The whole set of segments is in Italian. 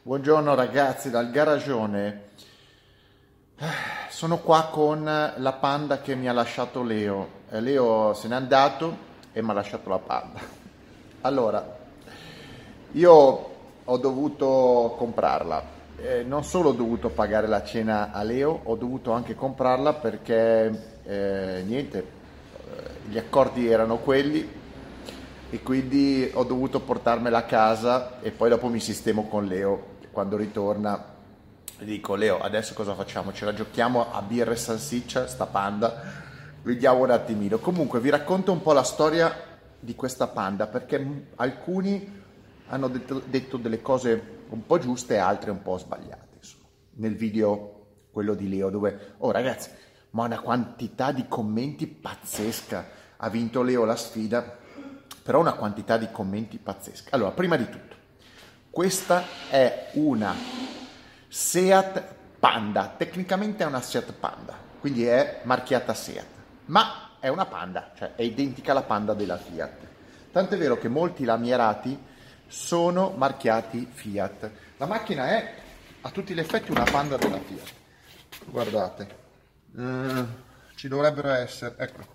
Buongiorno ragazzi dal garagione. Sono qua con la Panda che mi ha lasciato Leo. Leo se n'è andato e mi ha lasciato la Panda. Allora, io ho dovuto comprarla. Non solo ho dovuto pagare la cena a Leo, ho dovuto anche comprarla perché gli accordi erano quelli e quindi ho dovuto portarmela a casa e poi dopo mi sistemo con Leo. Quando ritorna gli dico: Leo, adesso cosa facciamo? Ce la giochiamo a birra e salsiccia, sta Panda? Vediamo un attimino. Comunque vi racconto un po' la storia di questa Panda perché alcuni hanno detto delle cose un po' giuste e altre un po' sbagliate, insomma. Nel video, quello di Leo, dove, oh ragazzi, ma una quantità di commenti pazzesca. Ha vinto Leo la sfida, però una quantità di commenti pazzesca. Allora, prima di tutto, questa è una Seat Panda, tecnicamente è una Seat Panda, quindi è marchiata Seat, ma è una Panda, cioè è identica alla Panda della Fiat. Tanto è vero che molti lamierati sono marchiati Fiat. La macchina è a tutti gli effetti una Panda della Fiat. Guardate, ci dovrebbero essere, ecco,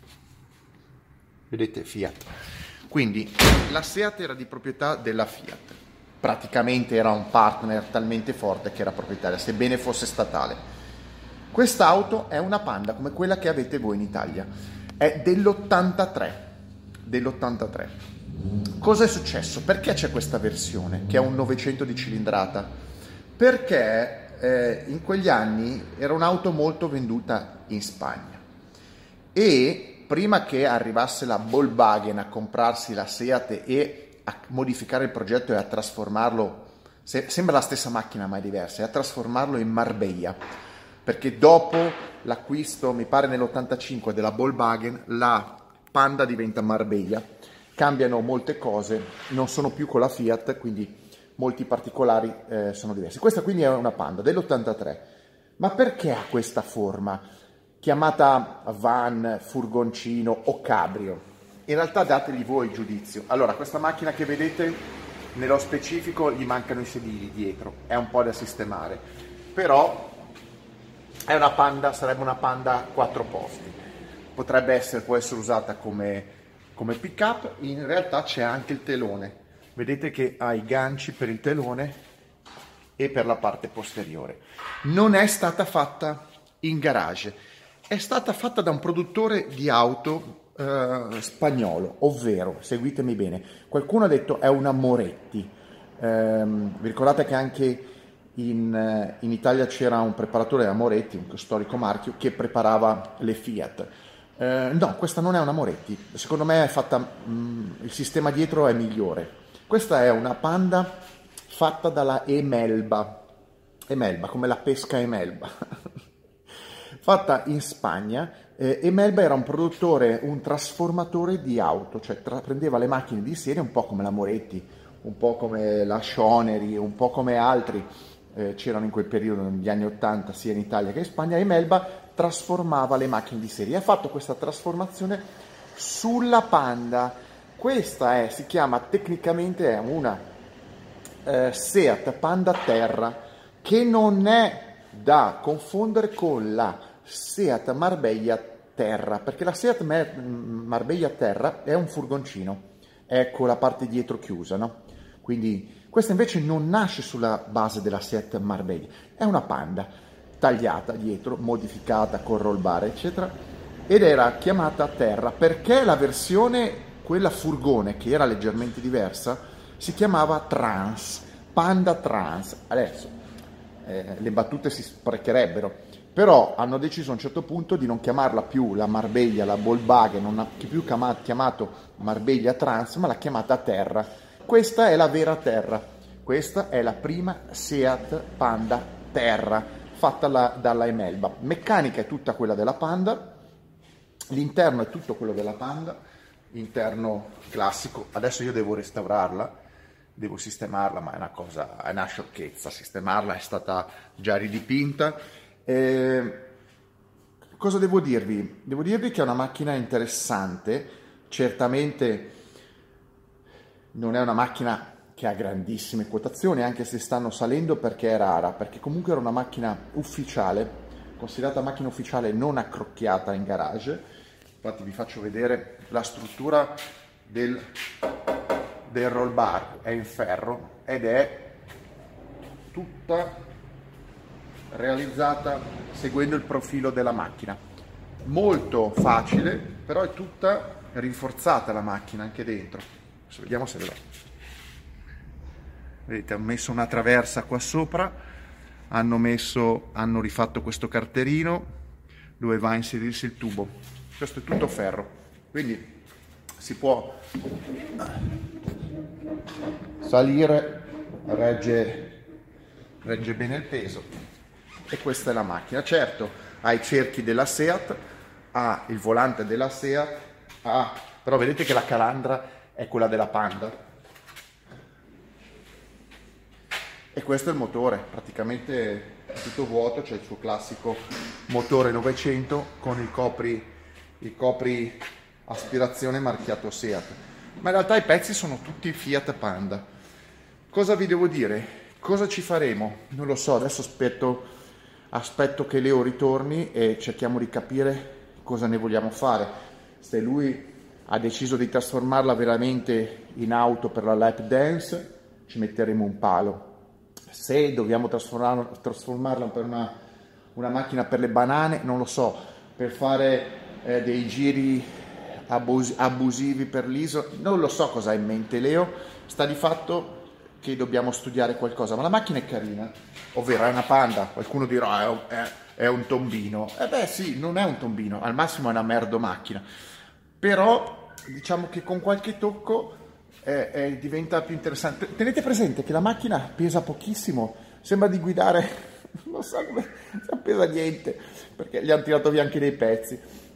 vedete Fiat. Quindi la Seat era di proprietà della Fiat, praticamente era un partner talmente forte che era proprietaria, sebbene fosse statale. Quest'auto è una Panda come quella che avete voi in Italia, è dell'83. Cosa è successo? Perché c'è questa versione che è un 900 di cilindrata? Perché in quegli anni era un'auto molto venduta in Spagna e prima che arrivasse la Volkswagen a comprarsi la Seat e a modificare il progetto e a trasformarlo, sembra la stessa macchina ma è diversa, e a trasformarlo in Marbella, perché dopo l'acquisto, mi pare nell'85, della Volkswagen, la Panda diventa Marbella, cambiano molte cose, non sono più con la Fiat, quindi molti particolari sono diversi. Questa quindi è una Panda dell'83, ma perché ha questa forma? Chiamata van, furgoncino o cabrio. In realtà dategli voi il giudizio. Allora, questa macchina che vedete, nello specifico gli mancano i sedili dietro, è un po' da sistemare, però è una Panda, sarebbe una Panda 4 posti. Può essere usata come pick-up, in realtà c'è anche il telone. Vedete che ha i ganci per il telone e per la parte posteriore. Non è stata fatta in garage. È stata fatta da un produttore di auto spagnolo, ovvero, seguitemi bene, qualcuno ha detto è una Moretti. Vi ricordate che anche in Italia c'era un preparatore della Moretti, un storico marchio, che preparava le Fiat. No, questa non è una Moretti, secondo me è fatta, il sistema dietro è migliore. Questa è una Panda fatta dalla Emelba, Emelba come la pesca Emelba. Fatta in Spagna. Emelba era un produttore, un trasformatore di auto, cioè prendeva le macchine di serie un po' come la Moretti, un po' come la Schoneri, un po' come altri c'erano in quel periodo negli anni 80 sia in Italia che in Spagna. Emelba trasformava le macchine di serie, ha fatto questa trasformazione sulla Panda. Questa si chiama tecnicamente, è una Seat Panda Terra, che non è da confondere con la Seat Marbella Terra, perché la Seat Marbella Terra è un furgoncino, è con la parte dietro chiusa, no? Quindi questa invece non nasce sulla base della Seat Marbella, è una Panda tagliata dietro, modificata con roll bar, eccetera, ed era chiamata Terra perché la versione, quella furgone, che era leggermente diversa, si chiamava Trans, Panda Trans. Adesso le battute si sprecherebbero, però hanno deciso a un certo punto di non chiamarla più la Marbella, la Volkswagen, non ha più chiamato Marbella Trans, ma l'ha chiamata Terra. Questa è la vera Terra, questa è la prima Seat Panda Terra, fatta dalla Emelba. Meccanica è tutta quella della Panda, l'interno è tutto quello della Panda, interno classico. Adesso io devo restaurarla, devo sistemarla, ma è una sciocchezza sistemarla, è stata già ridipinta. Cosa devo dirvi? Devo dirvi che è una macchina interessante, certamente non è una macchina che ha grandissime quotazioni, anche se stanno salendo perché è rara, perché comunque era una macchina ufficiale, considerata macchina ufficiale non accrocchiata in garage. Infatti vi faccio vedere la struttura del roll bar, è in ferro ed è tutta realizzata seguendo il profilo della macchina. Molto facile, però è tutta rinforzata la macchina anche dentro. Adesso vediamo se ve lo... Vedete, hanno messo una traversa qua sopra, hanno rifatto questo carterino dove va a inserirsi il tubo. Questo è tutto ferro, quindi si può salire, regge bene il peso. E questa è la macchina. Certo, ha i cerchi della Seat, ha il volante della Seat, però vedete che la calandra è quella della Panda. E questo è il motore, praticamente è tutto vuoto, c'è il suo classico motore 900 con il copri aspirazione marchiato Seat. Ma in realtà i pezzi sono tutti Fiat Panda. Cosa vi devo dire? Cosa ci faremo? Non lo so, adesso aspetto che Leo ritorni e cerchiamo di capire cosa ne vogliamo fare. Se lui ha deciso di trasformarla veramente in auto per la lap dance, ci metteremo un palo. Se dobbiamo trasformarla per una macchina per le banane, non lo so, per fare dei giri abusivi per l'isola, non lo so cosa ha in mente Leo. Sta di fatto che dobbiamo studiare qualcosa, ma la macchina è carina, ovvero è una Panda. Qualcuno dirà è un tombino. Beh sì, non è un tombino, al massimo è una merdo macchina, però diciamo che con qualche tocco diventa più interessante. Tenete presente che la macchina pesa pochissimo, sembra di guidare, non so come, non pesa niente, perché gli hanno tirato via anche dei pezzi.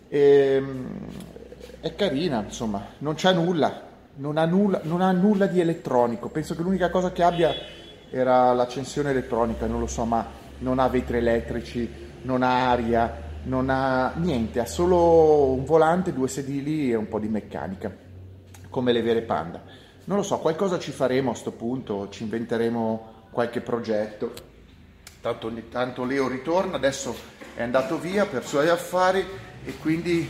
È carina, insomma, non c'è nulla, non ha nulla di elettronico. Penso che l'unica cosa che abbia era l'accensione elettronica, non lo so, ma non ha vetri elettrici, non ha aria, non ha niente, ha solo un volante, 2 sedili e un po' di meccanica, come le vere Panda. Non lo so, qualcosa ci faremo a sto punto, ci inventeremo qualche progetto. Tanto Leo ritorna, adesso è andato via per suoi affari e quindi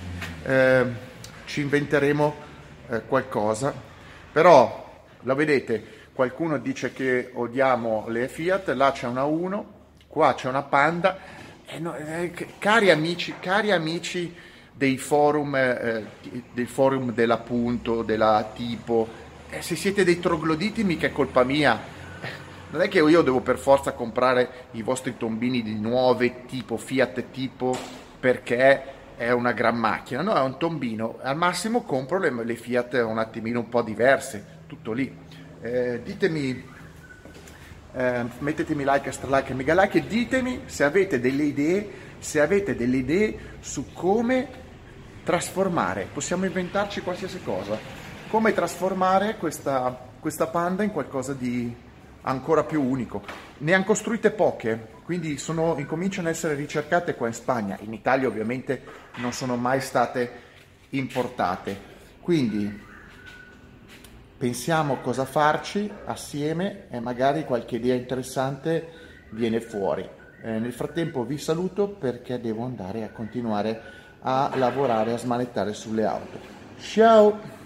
ci inventeremo qualcosa. Però, la vedete, qualcuno dice che odiamo le Fiat, là c'è una 1, qua c'è una Panda. Cari amici dei forum, del forum dell'appunto, della tipo, se siete dei trogloditi mica è colpa mia, non è che io devo per forza comprare i vostri tombini di nuove tipo Fiat tipo perché è una gran macchina, no, è un tombino, al massimo compro le Fiat un attimino un po' diverse, tutto lì. Ditemi, mettetemi like, extra like e mega like e ditemi se avete delle idee su come trasformare, possiamo inventarci qualsiasi cosa, come trasformare questa Panda in qualcosa di ancora più unico. Ne hanno costruite poche, quindi incominciano ad essere ricercate qua in Spagna. In Italia ovviamente non sono mai state importate, quindi pensiamo cosa farci assieme e magari qualche idea interessante viene fuori. Nel frattempo vi saluto perché devo andare a continuare a lavorare, a smanettare sulle auto. Ciao!